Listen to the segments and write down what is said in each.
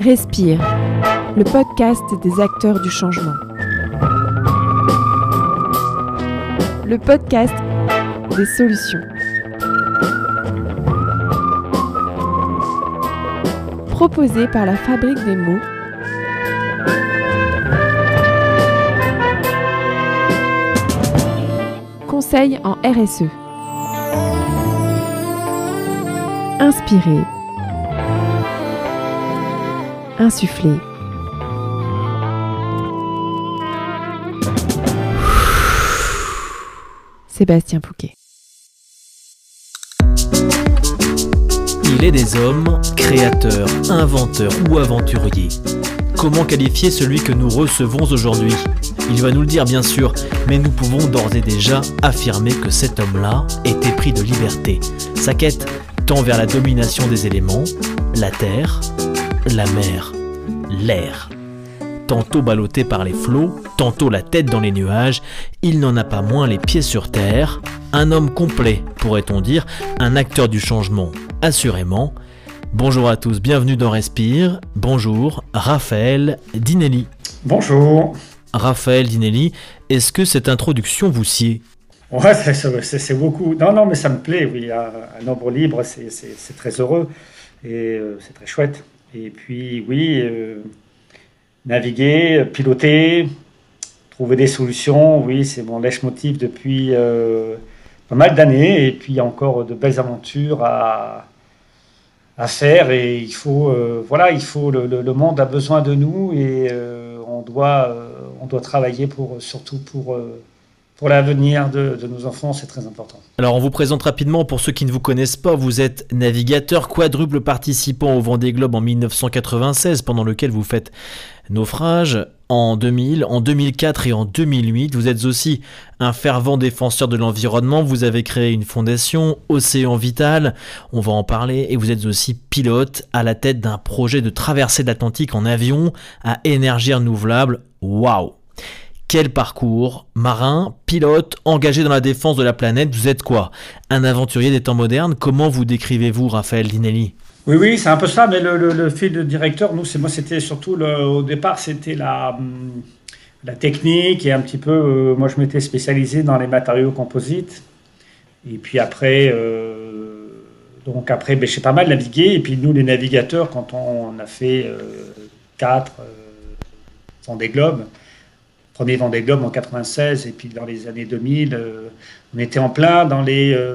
Respire, le podcast des acteurs du changement. Le podcast des solutions. Proposé par la Fabrique des mots. Conseil en RSE. Inspirer. Insuffler. Sébastien Pouquet. Il est des hommes, créateurs, inventeurs ou aventuriers. Comment qualifier celui que nous recevons aujourd'hui ? Il va nous le dire bien sûr, mais nous pouvons d'ores et déjà affirmer que cet homme-là est épris de liberté. Sa quête tend vers la domination des éléments, la terre, la mer, l'air. Tantôt ballotté par les flots, tantôt la tête dans les nuages, il n'en a pas moins les pieds sur terre. Un homme complet, pourrait-on dire, un acteur du changement, assurément. Bonjour à tous, bienvenue dans Respire. Bonjour, Raphaël Dinelli. Bonjour. Raphaël Dinelli, est-ce que cette introduction vous sied ? Ouais, c'est beaucoup. Non, mais ça me plaît, oui. Un nombre libre, c'est très heureux et c'est très chouette. Et puis, oui, naviguer, piloter, trouver des solutions, oui, c'est mon leitmotiv depuis pas mal d'années. Et puis, il y a encore de belles aventures à faire. Et il faut, le monde a besoin de nous et on doit travailler surtout pour l'avenir de nos enfants, c'est très important. Alors on vous présente rapidement, pour ceux qui ne vous connaissent pas, vous êtes navigateur quadruple participant au Vendée Globe en 1996, pendant lequel vous faites naufrage en 2000, en 2004 et en 2008. Vous êtes aussi un fervent défenseur de l'environnement, vous avez créé une fondation, Océan Vital, on va en parler, et vous êtes aussi pilote à la tête d'un projet de traversée de l'Atlantique en avion à énergie renouvelable. Waouh! Quel parcours, marin, pilote, engagé dans la défense de la planète, vous êtes quoi ? Un aventurier des temps modernes ? Comment vous décrivez-vous, Raphaël Dinelli ? Oui, c'est un peu ça, mais le fil directeur, c'était surtout, au départ, c'était la technique et un petit peu, moi je m'étais spécialisé dans les matériaux composites. Et puis après, j'ai pas mal navigué. Et puis nous, les navigateurs, quand on a fait 4 Vendée Globe, premier Vendée Globe en 96 et puis dans les années 2000, on était en plein dans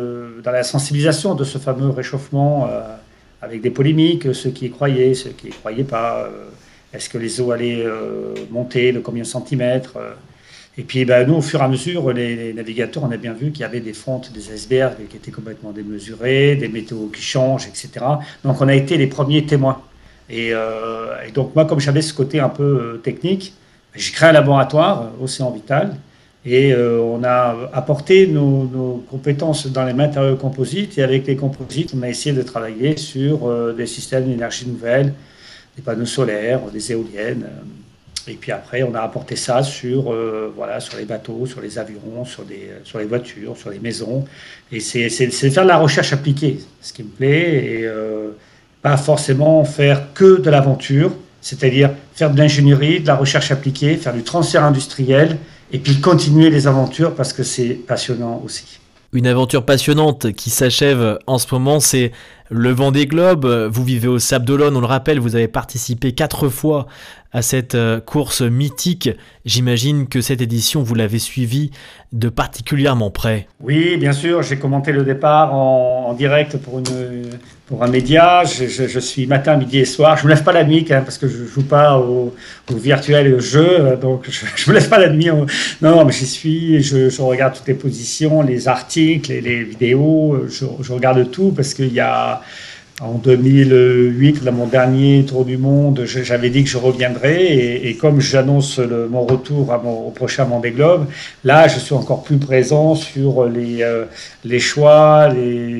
la sensibilisation de ce fameux réchauffement avec des polémiques, ceux qui y croyaient, ceux qui n'y croyaient pas. Est-ce que les eaux allaient monter de combien de centimètres Et puis nous, au fur et à mesure, les navigateurs, on a bien vu qu'il y avait des fontes, des icebergs qui étaient complètement démesurés, des météos qui changent, etc. Donc on a été les premiers témoins. Et donc moi, comme j'avais ce côté un peu technique, j'ai créé un laboratoire, Océan Vital, et on a apporté nos compétences dans les matériaux composites. Et avec les composites, on a essayé de travailler sur des systèmes d'énergie nouvelle, des panneaux solaires, des éoliennes. Et puis après, on a apporté ça sur les bateaux, sur les avions, sur les voitures, sur les maisons. Et c'est faire de la recherche appliquée, ce qui me plaît, et pas forcément faire que de l'aventure. C'est-à-dire faire de l'ingénierie, de la recherche appliquée, faire du transfert industriel et puis continuer les aventures parce que c'est passionnant aussi. Une aventure passionnante qui s'achève en ce moment, c'est le Vendée Globe. Vous vivez au Sable d'Olonne, on le rappelle, vous avez participé 4 fois à cette course mythique. J'imagine que cette édition, vous l'avez suivie de particulièrement près. Oui, bien sûr, j'ai commenté le départ en direct pour un média. Je suis matin, midi et soir. Je ne me lève pas la nuit quand même parce que je ne joue pas au virtuel et au jeu. Donc je ne me lève pas la nuit. Non, mais j'y suis. Je regarde toutes les positions, les articles, les vidéos. Je regarde tout parce qu'il y a... En 2008, dans mon dernier tour du monde, j'avais dit que je reviendrais et comme j'annonce mon retour au prochain Vendée Globe, là je suis encore plus présent sur les choix,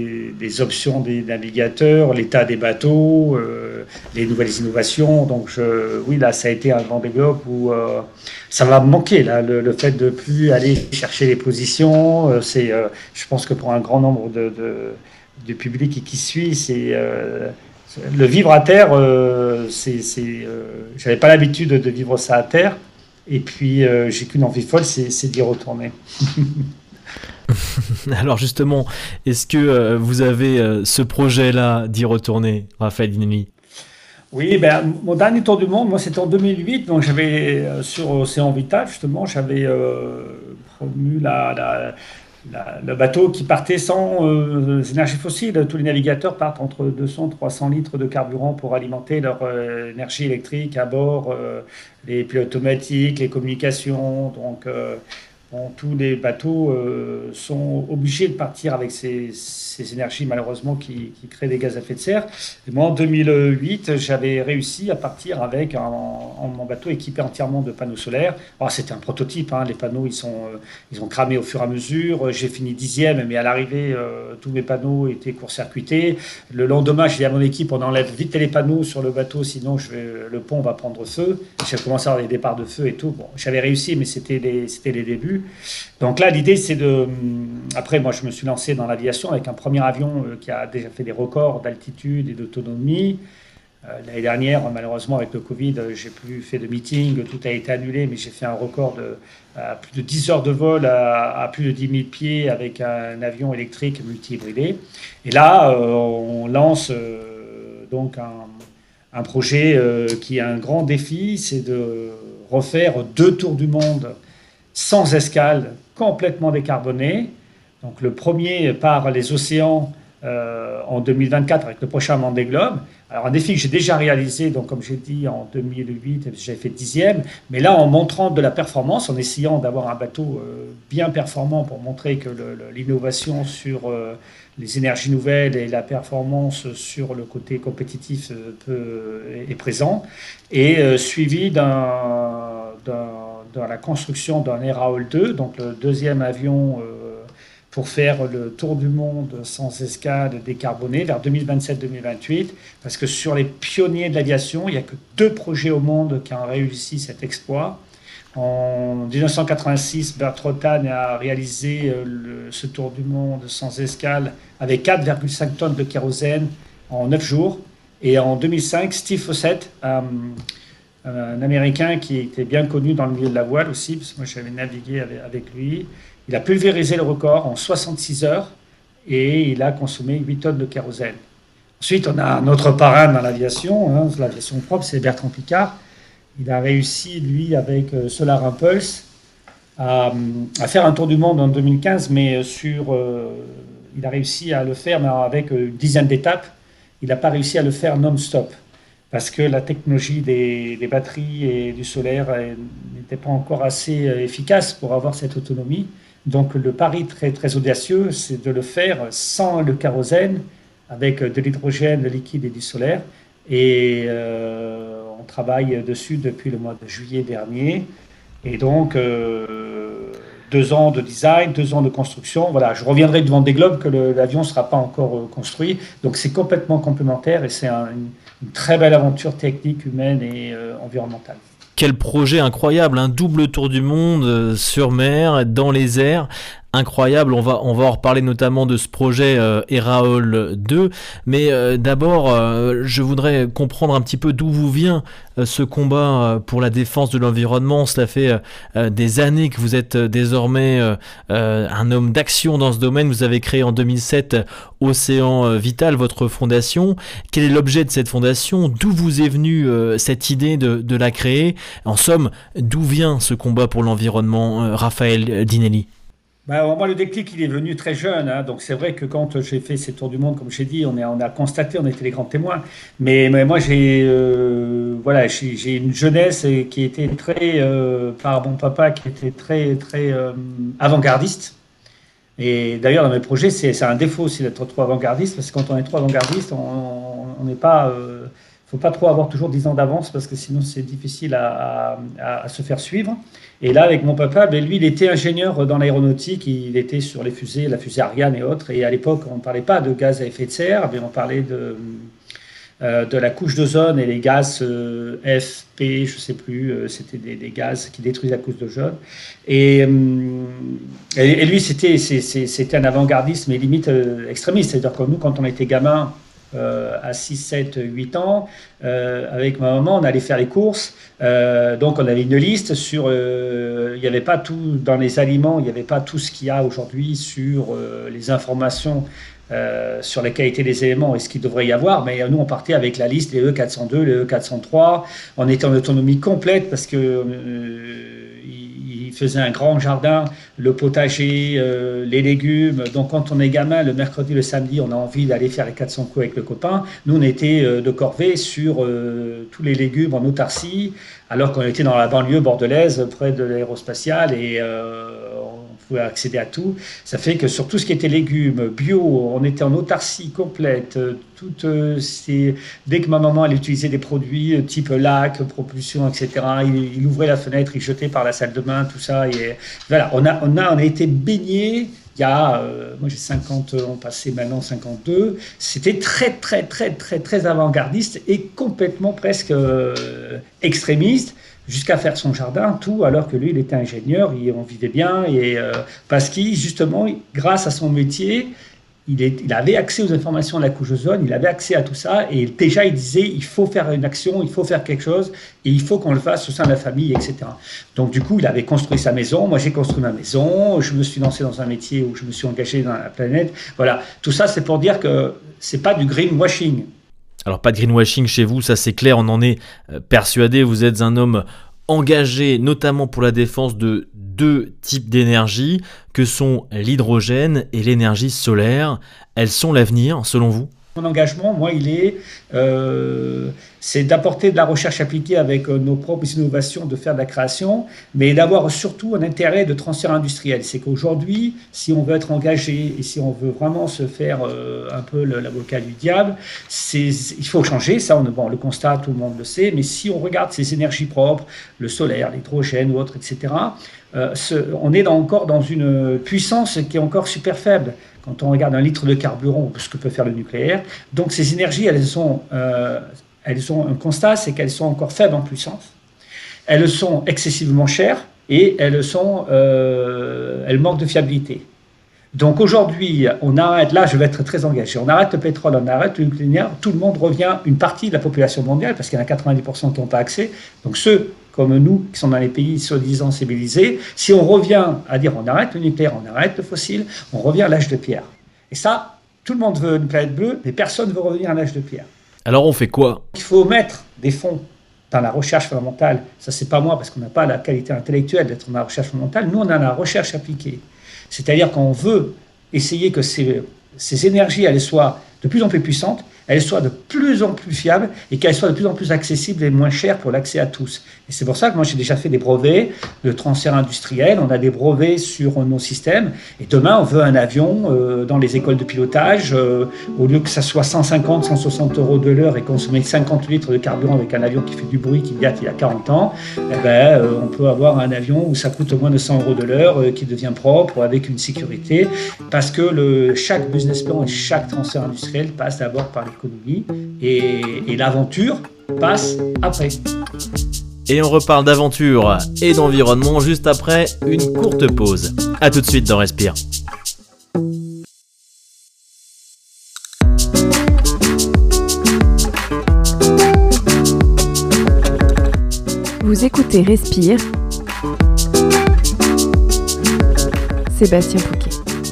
les options des navigateurs, l'état des bateaux, les nouvelles innovations. Donc oui, là ça a été un Vendée Globe où ça va me manquer là, le fait de plus aller chercher les positions. Je pense que pour un grand nombre du public qui suit, Le vivre à terre, j'avais pas l'habitude de vivre ça à terre. Et puis, j'ai qu'une envie folle, c'est d'y retourner. Alors justement, est-ce que vous avez ce projet-là d'y retourner, Raphaël Dinelli? Oui, ben, mon dernier tour du monde, moi, c'était en 2008. Donc, j'avais, sur Océan Vital, justement, j'avais promu le bateau qui partait sans énergie fossile. Tous les navigateurs partent entre 200 et 300 litres de carburant pour alimenter leur énergie électrique à bord, les pilotes automatiques, les communications. Donc, bon, tous les bateaux sont obligés de partir avec ces énergies, malheureusement, qui créent des gaz à effet de serre. Et moi, en 2008, j'avais réussi à partir avec mon bateau équipé entièrement de panneaux solaires. Alors, c'était un prototype, hein, les panneaux, ils ont cramé au fur et à mesure. J'ai fini 10e, mais à l'arrivée, tous mes panneaux étaient court-circuités. Le lendemain, j'ai dit à mon équipe, on enlève vite les panneaux sur le bateau, sinon le pont va prendre feu. J'ai commencé à avoir des départs de feu et tout. Bon, j'avais réussi, mais c'était les débuts. Donc là, l'idée, c'est de... Après, moi, je me suis lancé dans l'aviation avec un premier avion qui a déjà fait des records d'altitude et d'autonomie. L'année dernière, malheureusement, avec le Covid, j'ai plus fait de meeting, tout a été annulé, mais j'ai fait un record de plus de 10 heures de vol à plus de 10 000 pieds avec un avion électrique multi-hybridé. Et là, on lance donc un projet qui a un grand défi, c'est de refaire 2 tours du monde sans escale, complètement décarboné. Donc le premier par les océans en 2024 avec le prochain Vendée Globe. Alors un défi que j'ai déjà réalisé, donc comme j'ai dit en 2008, j'avais fait 10e, mais là en montrant de la performance, en essayant d'avoir un bateau bien performant pour montrer que l'innovation sur les énergies nouvelles et la performance sur le côté compétitif est présent, et suivi de la construction d'un Air 2, donc le deuxième avion pour faire le tour du monde sans escale décarboné vers 2027-2028, parce que sur les pionniers de l'aviation, il n'y a que 2 projets au monde qui ont réussi cet exploit. En 1986, Bert Rutan a réalisé ce tour du monde sans escale avec 4,5 tonnes de kérosène en 9 jours. Et en 2005, Steve Fossett, un Américain qui était bien connu dans le milieu de la voile aussi, parce que moi j'avais navigué avec lui. Il a pulvérisé le record en 66 heures et il a consommé 8 tonnes de kérosène. Ensuite, on a notre parrain dans l'aviation, hein, l'aviation propre, c'est Bertrand Piccard. Il a réussi, lui, avec Solar Impulse, à faire un tour du monde en 2015, mais il a réussi à le faire mais avec une dizaine d'étapes. Il n'a pas réussi à le faire non-stop, parce que la technologie des batteries et du solaire n'était pas encore assez efficace pour avoir cette autonomie. Donc le pari très, très audacieux, c'est de le faire sans le kérosène, avec de l'hydrogène, le liquide et du solaire. Et on travaille dessus depuis le mois de juillet dernier. Et donc, 2 ans de design, 2 ans de construction. Voilà, je reviendrai du Vendée Globe que l'avion ne sera pas encore construit. Donc c'est complètement complémentaire et c'est une très belle aventure technique, humaine et environnementale. Quel projet incroyable, un double tour du monde sur mer, dans les airs. Incroyable, on va en reparler notamment de ce projet Eraol 2, mais d'abord je voudrais comprendre un petit peu d'où vous vient ce combat pour la défense de l'environnement. Cela fait des années que vous êtes désormais un homme d'action dans ce domaine. Vous avez créé en 2007 Océan Vital, votre fondation. Quel est l'objet de cette fondation? D'où vous est venue cette idée de la créer? En somme, d'où vient ce combat pour l'environnement, Raphaël Dinelli? Moi, le déclic, il est venu très jeune. Hein, donc, c'est vrai que quand j'ai fait ces tours du monde, comme j'ai dit, on a constaté, on était les grands témoins. Mais moi, j'ai une jeunesse qui était très, par mon papa, qui était très, très avant-gardiste. Et d'ailleurs, dans mes projets, c'est un défaut aussi d'être trop avant-gardiste, parce que quand on est trop avant-gardiste, on n'est pas... Il ne faut pas trop avoir toujours 10 ans d'avance parce que sinon c'est difficile à se faire suivre. Et là, avec mon papa, lui, il était ingénieur dans l'aéronautique, il était sur les fusées, la fusée Ariane et autres. Et à l'époque, on ne parlait pas de gaz à effet de serre, mais on parlait de la couche d'ozone et les gaz FP, je ne sais plus, c'était des gaz qui détruisent la couche d'ozone. Et lui, c'était un avant-gardiste, mais limite extrémiste. C'est-à-dire que nous, quand on était gamin, à 6, 7, 8 ans, avec ma maman, on allait faire les courses. Donc, on avait une liste sur. Il n'y avait pas tout dans les aliments, il n'y avait pas tout ce qu'il y a aujourd'hui sur les informations sur la qualité des éléments et ce qu'il devrait y avoir. Mais nous, on partait avec la liste, les E402, les E403. On était en autonomie complète parce que. Il faisait un grand jardin, le potager, les légumes. Donc, quand on est gamin, le mercredi, le samedi, on a envie d'aller faire les 400 coups avec le copain. Nous, on était de corvée sur tous les légumes en autarcie, alors qu'on était dans la banlieue bordelaise, près de l'aérospatiale, et on pouvait accéder à tout. Ça fait que sur tout ce qui était légumes, bio, on était en autarcie complète. Dès que ma maman allait utiliser des produits type lac, propulsion, etc., il ouvrait la fenêtre, il jetait par la salle de bain, tout ça. Et voilà, on a été baignés. Il y a, moi j'ai 50 ans passé, maintenant 52. C'était très, très, très, très, très avant-gardiste et complètement presque extrémiste, jusqu'à faire son jardin, tout, alors que lui, il était ingénieur, on vivait bien, et parce qu'il, justement, grâce à son métier, il avait accès aux informations de la couche ozone, il avait accès à tout ça, et déjà, il disait, il faut faire une action, il faut faire quelque chose, et il faut qu'on le fasse au sein de la famille, etc. Donc, du coup, il avait construit sa maison, moi, j'ai construit ma maison, je me suis lancé dans un métier où je me suis engagé dans la planète. Voilà, tout ça, c'est pour dire que c'est pas du greenwashing. Alors pas de greenwashing chez vous, ça c'est clair, on en est persuadé, vous êtes un homme engagé notamment pour la défense de deux types d'énergie que sont l'hydrogène et l'énergie solaire. Elles sont l'avenir selon vous ? Mon engagement, moi, c'est d'apporter de la recherche appliquée avec nos propres innovations, de faire de la création, mais d'avoir surtout un intérêt de transfert industriel. C'est qu'aujourd'hui, si on veut être engagé et si on veut vraiment se faire un peu l'avocat du diable, il faut changer. Ça, on le constate, tout le monde le sait, mais si on regarde ces énergies propres, le solaire, l'hydrogène ou autre, etc., on est encore dans une puissance qui est encore super faible. Quand on regarde un litre de carburant, ce que peut faire le nucléaire. Donc ces énergies, un constat, c'est qu'elles sont encore faibles en puissance. Elles sont excessivement chères et elles manquent de fiabilité. Donc aujourd'hui, on arrête, là je vais être très engagé, on arrête le pétrole, on arrête le nucléaire, tout le monde revient, une partie de la population mondiale, parce qu'il y en a 90% qui n'ont pas accès, donc ceux comme nous, qui sont dans les pays soi-disant civilisés, si on revient à dire on arrête le nucléaire, on arrête le fossile, on revient à l'âge de pierre. Et ça, tout le monde veut une planète bleue, mais personne ne veut revenir à l'âge de pierre. Alors on fait quoi ? Il faut mettre des fonds dans la recherche fondamentale. Ça, c'est pas moi, parce qu'on n'a pas la qualité intellectuelle d'être dans la recherche fondamentale. Nous, on a la recherche appliquée. C'est-à-dire qu'on veut essayer que ces énergies, elles soient de plus en plus puissantes, elles soient de plus en plus fiables et qu'elles soient de plus en plus accessibles et moins chères pour l'accès à tous. Et c'est pour ça que moi, j'ai déjà fait des brevets de transfert industriel. On a des brevets sur nos systèmes. Et demain, on veut un avion dans les écoles de pilotage. Au lieu que ça soit 150, 160 euros de l'heure et consommer 50 litres de carburant avec un avion qui fait du bruit, qui date il y a 40 ans, on peut avoir un avion où ça coûte moins de 100 euros de l'heure, qui devient propre, avec une sécurité. Parce que chaque business plan et chaque transfert industriel passe d'abord par l'économie et l'aventure passe après. Et on reparle d'aventure et d'environnement juste après une courte pause. A tout de suite dans Respire. Vous écoutez Respire. Sébastien Pouquet.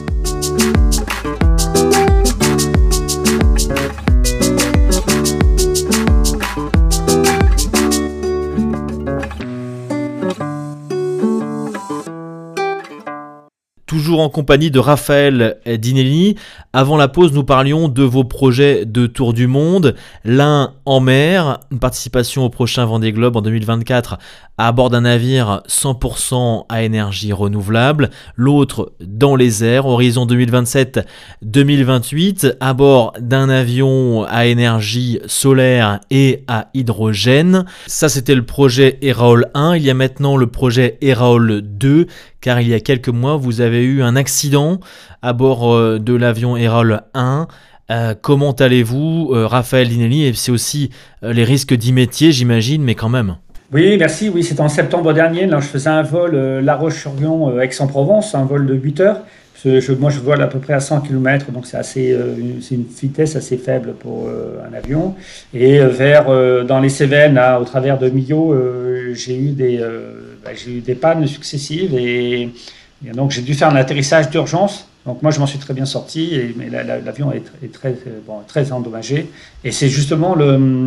Toujours en compagnie de Raphaël Dinelli. Avant la pause, nous parlions de vos projets de tour du monde. L'un en mer, une participation au prochain Vendée Globe en 2024 à bord d'un navire 100% à énergie renouvelable. L'autre dans les airs, horizon 2027-2028, à bord d'un avion à énergie solaire et à hydrogène. Ça, c'était le projet Eraol 1. Il y a maintenant le projet Eraol 2, car il y a quelques mois, vous avez eu un accident à bord de l'avion Eraol 1. Comment allez-vous, Raphaël Dinelli? Et c'est aussi les risques d'e-métier, j'imagine, mais quand même. Oui, merci. Oui, c'était en septembre dernier. Là, je faisais un vol La Roche-sur-Yon, Aix-en-Provence, un vol de 8 heures. Moi, je vole à peu près à 100 km, donc c'est une vitesse assez faible pour un avion. Et dans les Cévennes, au travers de Millau, j'ai eu des pannes successives et donc j'ai dû faire un atterrissage d'urgence. Donc moi, je m'en suis très bien sorti, mais l'avion est très endommagé. Et c'est justement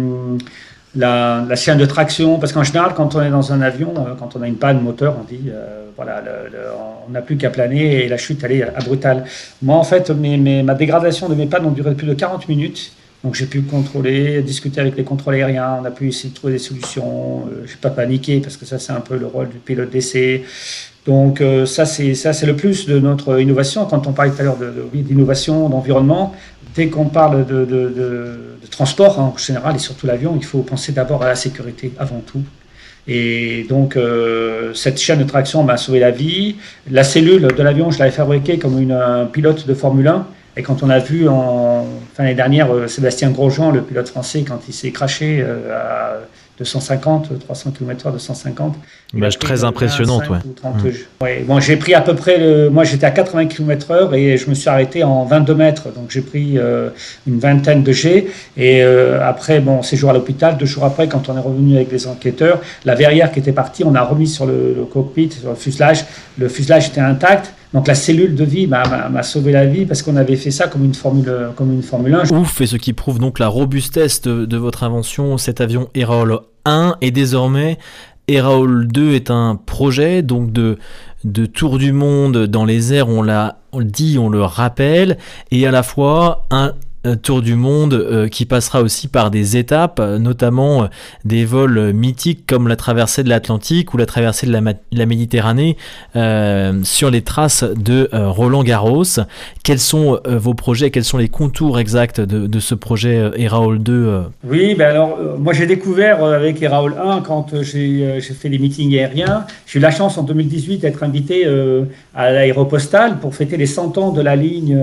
la chaîne de traction, parce qu'en général, quand on est dans un avion, quand on a une panne moteur, on dit, on n'a plus qu'à planer et la chute, elle est brutale. Moi, en fait, ma dégradation de mes pannes ont duré plus de 40 minutes. Donc j'ai pu contrôler, discuter avec les contrôles aériens, on a pu essayer de trouver des solutions. Je n'ai pas paniqué, parce que ça, c'est un peu le rôle du pilote d'essai. Donc ça, c'est le plus de notre innovation. Quand on parlait tout à l'heure d'innovation, d'environnement, dès qu'on parle de transport, en général, et surtout l'avion, il faut penser d'abord à la sécurité avant tout. Et donc, cette chaîne de traction m'a sauvé la vie. La cellule de l'avion, je l'avais fabriquée comme un pilote de Formule 1. Et quand on a vu l'année dernière Sébastien Grosjean, le pilote français, quand il s'est crashé à 250, 300 km/h, 250. Image très impressionnante, ouais. Ouais. Bon, j'ai pris à peu près, moi j'étais à 80 km/h et je me suis arrêté en 22 mètres, donc j'ai pris une vingtaine de G. Et après, séjour à l'hôpital, 2 jours après, quand on est revenu avec les enquêteurs, la verrière qui était partie, on a remis sur le cockpit, sur le fuselage. Le fuselage était intact. Donc la cellule de vie m'a sauvé la vie parce qu'on avait fait ça comme une Formule 1. Ouf, et ce qui prouve donc la robustesse de votre invention, cet avion Eraol 1, et désormais Eraol 2 est un projet donc de tour du monde dans les airs, on le dit, on le rappelle, et à la fois un tour du monde qui passera aussi par des étapes, notamment des vols mythiques comme la traversée de l'Atlantique ou la traversée de la Méditerranée sur les traces de Roland-Garros. Quels sont vos projets, quels sont les contours exacts de ce projet Eraol 2 Oui, moi j'ai découvert avec Eraol 1 quand j'ai fait des meetings aériens. J'ai eu la chance en 2018 d'être invité à l'Aéropostale pour fêter les 100 ans de la ligne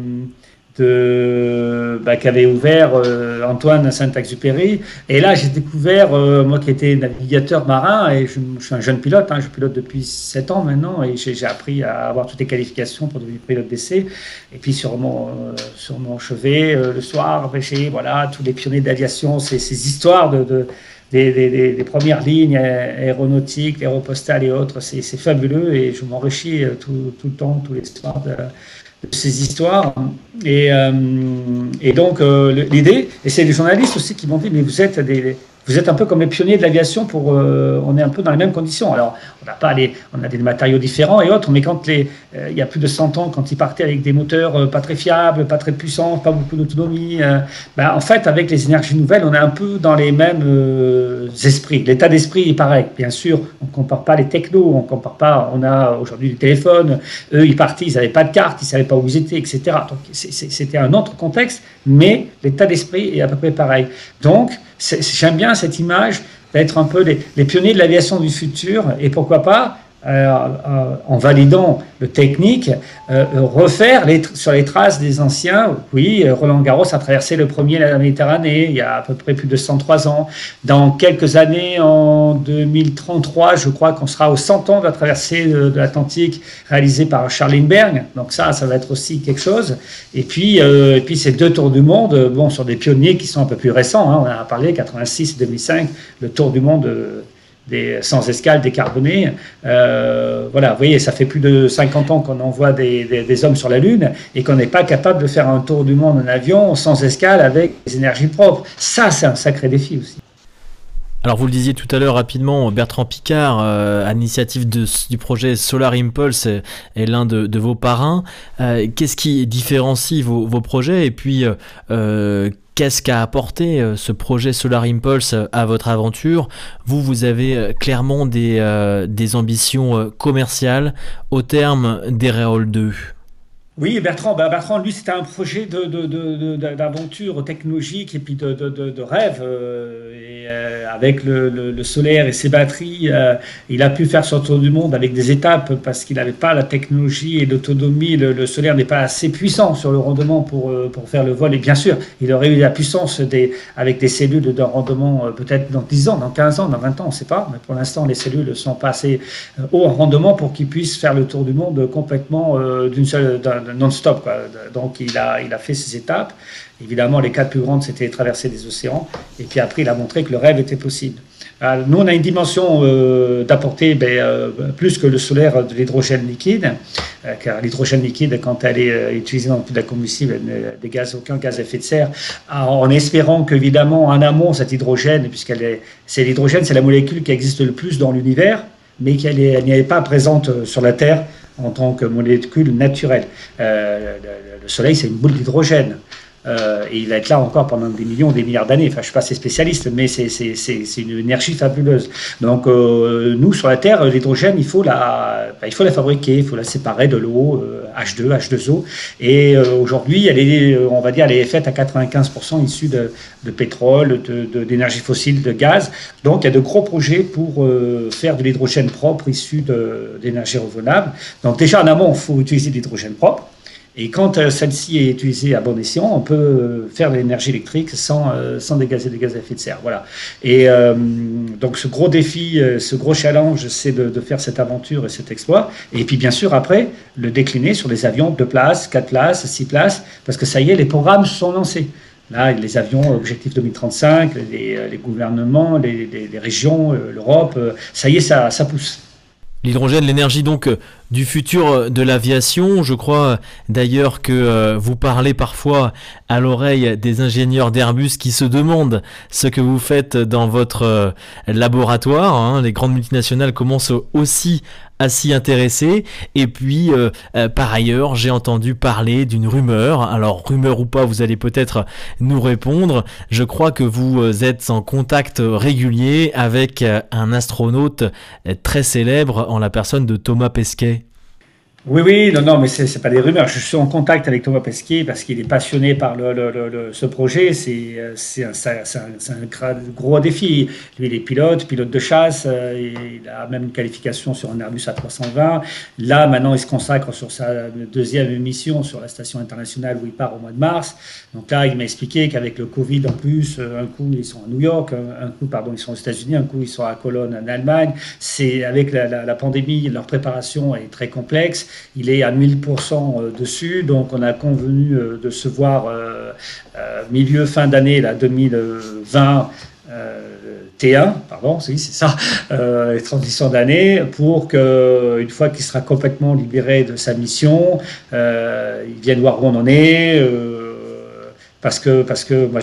qu'avait ouvert Antoine Saint-Exupéry. Et là, j'ai découvert, moi qui étais navigateur marin, et je suis un jeune pilote, je pilote depuis 7 ans maintenant, et j'ai appris à avoir toutes les qualifications pour devenir pilote d'essai. Et puis sur mon chevet, le soir, voilà, tous les pionniers d'aviation, ces histoires des premières lignes aéronautiques, l'aéropostale et autres, c'est fabuleux, et je m'enrichis tout le temps, tous les soirs de ces histoires. Et donc l'idée, et c'est les journalistes aussi qui m'ont dit, mais vous êtes un peu comme les pionniers de l'aviation, on est un peu dans les mêmes conditions. Alors on a des matériaux différents et autres, mais quand il y a plus de 100 ans, quand ils partaient avec des moteurs pas très fiables, pas très puissants, pas beaucoup d'autonomie, en fait avec les énergies nouvelles, on est un peu dans les mêmes esprits. L'état d'esprit est pareil. Bien sûr, on compare pas les technos, on compare pas. On a aujourd'hui des téléphones. Eux, ils partaient, ils n'avaient pas de carte, ils savaient pas où ils étaient, etc. Donc c'était un autre contexte, mais l'état d'esprit est à peu près pareil. Donc j'aime bien cette image d'être un peu les pionniers de l'aviation du futur, et pourquoi pas, en validant le technique, refaire sur les traces des anciens. Oui, Roland-Garros a traversé le premier la Méditerranée il y a à peu près plus de 103 ans. Dans quelques années, en 2033, je crois qu'on sera aux 100 ans de la traversée de l'Atlantique réalisée par Charles Lindbergh. Donc ça va être aussi quelque chose. Et puis ces 2 tours du monde, sur des pionniers qui sont un peu plus récents. On en a parlé, 86 et 2005, le tour du monde sans escale décarbonée. Voilà, vous voyez, ça fait plus de 50 ans qu'on envoie des hommes sur la Lune et qu'on n'est pas capable de faire un tour du monde en avion sans escale avec des énergies propres. Ça, c'est un sacré défi aussi. Alors vous le disiez tout à l'heure rapidement, Bertrand Piccard, à l'initiative du projet Solar Impulse, est l'un de vos parrains. Qu'est-ce qui différencie vos projets, et puis qu'est-ce qu'a apporté ce projet Solar Impulse à votre aventure ? Vous avez clairement des ambitions commerciales au terme d'Eraol 2. Oui, Bertrand, lui, c'était un projet d'aventure technologique et puis de rêve. Et Et avec le solaire et ses batteries, il a pu faire son tour du monde avec des étapes parce qu'il n'avait pas la technologie et l'autonomie. Le solaire n'est pas assez puissant sur le rendement pour faire le vol. Et bien sûr, il aurait eu la puissance avec des cellules d'un rendement peut-être dans 10 ans, dans 15 ans, dans 20 ans, on ne sait pas. Mais pour l'instant, les cellules ne sont pas assez haut en rendement pour qu'il puisse faire le tour du monde complètement non-stop, quoi. Donc il a fait ses étapes. Évidemment, les 4 plus grandes, c'était traverser des océans. Et puis après, il a montré que le rêve était possible. Alors, nous, on a une dimension d'apporter plus que le solaire de l'hydrogène liquide, car l'hydrogène liquide, quand elle est utilisée dans la combustible, elle ne dégage aucun gaz à effet de serre, en espérant qu'évidemment, en amont, cet hydrogène, c'est l'hydrogène, c'est la molécule qui existe le plus dans l'univers, mais qu'elle n'y est pas présente sur la Terre en tant que molécule naturelle. Le Soleil, c'est une boule d'hydrogène. Et il va être là encore pendant des millions, des milliards d'années. Enfin, je ne suis pas assez spécialiste, mais c'est une énergie fabuleuse. Donc, nous, sur la Terre, l'hydrogène, il faut la fabriquer, il faut la séparer de l'eau, H2, H2O. Et aujourd'hui, on va dire, elle est faite à 95% issue de pétrole, d'énergie fossile, de gaz. Donc, il y a de gros projets pour faire de l'hydrogène propre issu d'énergie renouvelable. Donc, déjà, en amont, il faut utiliser de l'hydrogène propre. Et quand celle-ci est utilisée à bon escient, on peut faire de l'énergie électrique sans dégager de gaz à effet de serre. Voilà. Et donc ce gros défi, ce gros challenge, c'est de faire cette aventure et cet exploit. Et puis bien sûr, après, le décliner sur les avions 2 places, 4 places, 6 places, parce que ça y est, les programmes sont lancés. Là, les avions, Objectif 2035, les gouvernements, les régions, l'Europe, ça y est, ça pousse. L'hydrogène, l'énergie donc du futur de l'aviation. Je crois d'ailleurs que vous parlez parfois à l'oreille des ingénieurs d'Airbus qui se demandent ce que vous faites dans votre laboratoire. Hein. Les grandes multinationales commencent aussi à s'y intéresser. Et puis, par ailleurs, j'ai entendu parler d'une rumeur. Alors, rumeur ou pas, vous allez peut-être nous répondre. Je crois que vous êtes en contact régulier avec un astronaute très célèbre en la personne de Thomas Pesquet. Oui, non, mais c'est pas des rumeurs. Je suis en contact avec Thomas Pesquet parce qu'il est passionné par ce projet. C'est un gros défi. Lui, il est pilote de chasse. Il a même une qualification sur un Airbus A320. Là, maintenant, il se consacre sur sa deuxième mission sur la station internationale où il part au mois de mars. Donc là, il m'a expliqué qu'avec le Covid en plus, un coup, ils sont à New York, un coup, ils sont aux États-Unis, un coup, ils sont à Cologne, en Allemagne. Avec la pandémie, leur préparation est très complexe. Il est à 1000% dessus, donc on a convenu de se voir fin d'année 2020 T1, pardon, oui, c'est ça, les transitions d'année, pour qu'une fois qu'il sera complètement libéré de sa mission, il vienne voir où on en est. Parce que moi,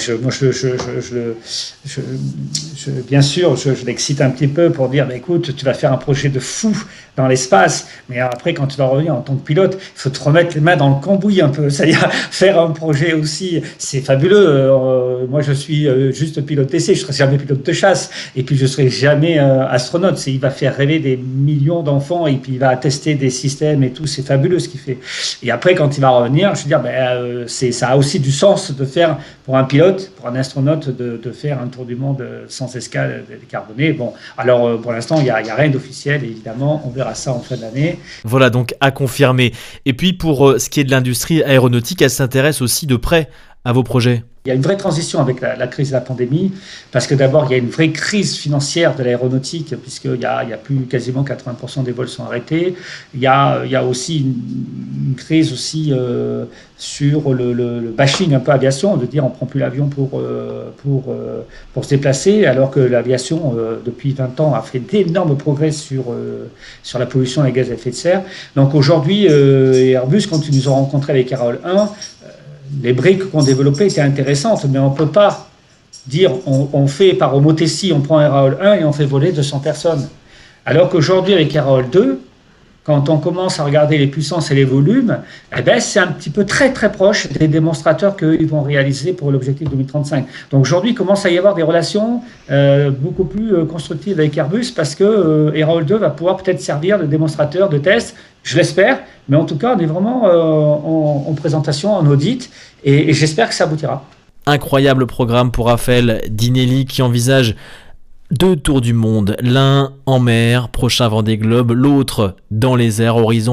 bien sûr, je l'excite un petit peu pour dire, écoute, tu vas faire un projet de fou dans l'espace, mais après, quand tu vas revenir en tant que pilote, il faut te remettre les mains dans le cambouis un peu. C'est-à-dire faire un projet aussi, c'est fabuleux. Moi, je suis juste pilote d'essai, je ne serai jamais pilote de chasse, et puis je ne serai jamais astronaute. Il va faire rêver des millions d'enfants, et puis il va tester des systèmes et tout. C'est fabuleux ce qu'il fait. Et après, quand il va revenir, je veux dire, ça a aussi du sens de faire pour un pilote, pour un astronaute, de faire un tour du monde sans escale décarboné. Bon, alors pour l'instant, il n'y a rien d'officiel, évidemment. On verra ça en fin d'année. Voilà, donc à confirmer. Et puis pour ce qui est de l'industrie aéronautique, elle s'intéresse aussi de près à vos projets. Il y a une vraie transition avec la crise de la pandémie, parce que d'abord, il y a une vraie crise financière de l'aéronautique, puisqu'il y a plus quasiment 80% des vols sont arrêtés. Il y a aussi une crise aussi sur le bashing un peu aviation, de dire on ne prend plus l'avion pour se déplacer, alors que l'aviation, depuis 20 ans, a fait d'énormes progrès sur la pollution des gaz à effet de serre. Donc aujourd'hui, Airbus, quand ils nous ont rencontrés avec Aéroplan 1, les briques qu'on développait étaient intéressantes, mais on ne peut pas dire on fait par homothétie, on prend Aéroplan 1 et on fait voler 200 personnes. Alors qu'aujourd'hui, avec Aéroplan 2, quand on commence à regarder les puissances et les volumes, c'est un petit peu très très proche des démonstrateurs qu'ils vont réaliser pour l'objectif 2035. Donc aujourd'hui, il commence à y avoir des relations beaucoup plus constructives avec Airbus, parce que Aéroplan 2 va pouvoir peut-être servir de démonstrateur, de test, je l'espère, mais en tout cas, on est vraiment en présentation, en audit, et j'espère que ça aboutira. Incroyable programme pour Raphaël Dinelli qui envisage 2 tours du monde, l'un en mer, prochain Vendée Globe, l'autre dans les airs, horizon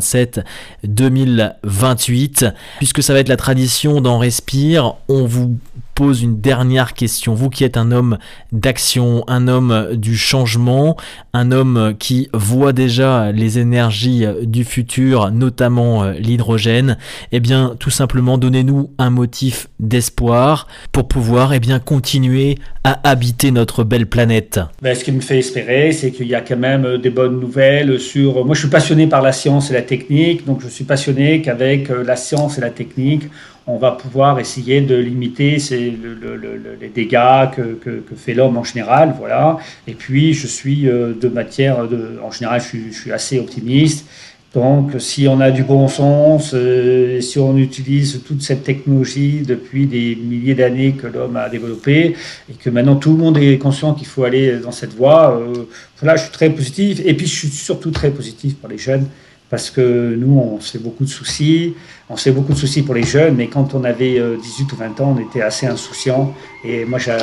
2027-2028. Puisque ça va être la tradition d'en Respire, on vous pose une dernière question. Vous qui êtes un homme d'action, un homme du changement, un homme qui voit déjà les énergies du futur, notamment l'hydrogène, eh bien tout simplement donnez-nous un motif d'espoir pour pouvoir continuer à habiter notre belle planète. Ce qui me fait espérer, c'est qu'il y a quand même des bonnes nouvelles sur... Moi je suis passionné par la science et la technique, donc je suis passionné qu'avec la science et la technique, on va pouvoir essayer de limiter les dégâts que fait l'homme en général, voilà. Et puis, je suis en général, je suis assez optimiste. Donc, si on a du bon sens, si on utilise toute cette technologie depuis des milliers d'années que l'homme a développée, et que maintenant tout le monde est conscient qu'il faut aller dans cette voie, voilà, je suis très positif. Et puis, je suis surtout très positif pour les jeunes. Parce que nous, on se fait beaucoup de soucis. On se fait beaucoup de soucis pour les jeunes, mais quand on avait 18 ou 20 ans, on était assez insouciants. Et moi, je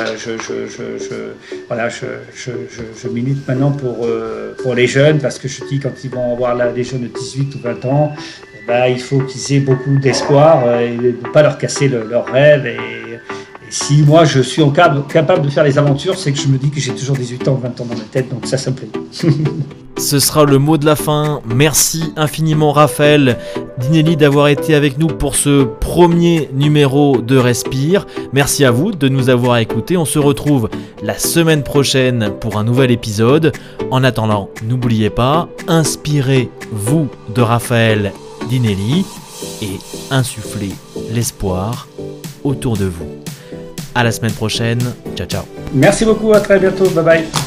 milite maintenant pour les jeunes, parce que je dis, quand ils vont avoir des jeunes de 18 ou 20 ans, il faut qu'ils aient beaucoup d'espoir et de ne pas leur casser leurs rêves. Et si moi, je suis capable de faire les aventures, c'est que je me dis que j'ai toujours 18 ans ou 20 ans dans ma tête, donc ça me plaît. Ce sera le mot de la fin. Merci infiniment Raphaël Dinelli d'avoir été avec nous pour ce premier numéro de Respire. Merci à vous de nous avoir écoutés. On se retrouve la semaine prochaine pour un nouvel épisode. En attendant, n'oubliez pas, inspirez-vous de Raphaël Dinelli et insufflez l'espoir autour de vous. À la semaine prochaine. Ciao, ciao. Merci beaucoup, à très bientôt. Bye bye.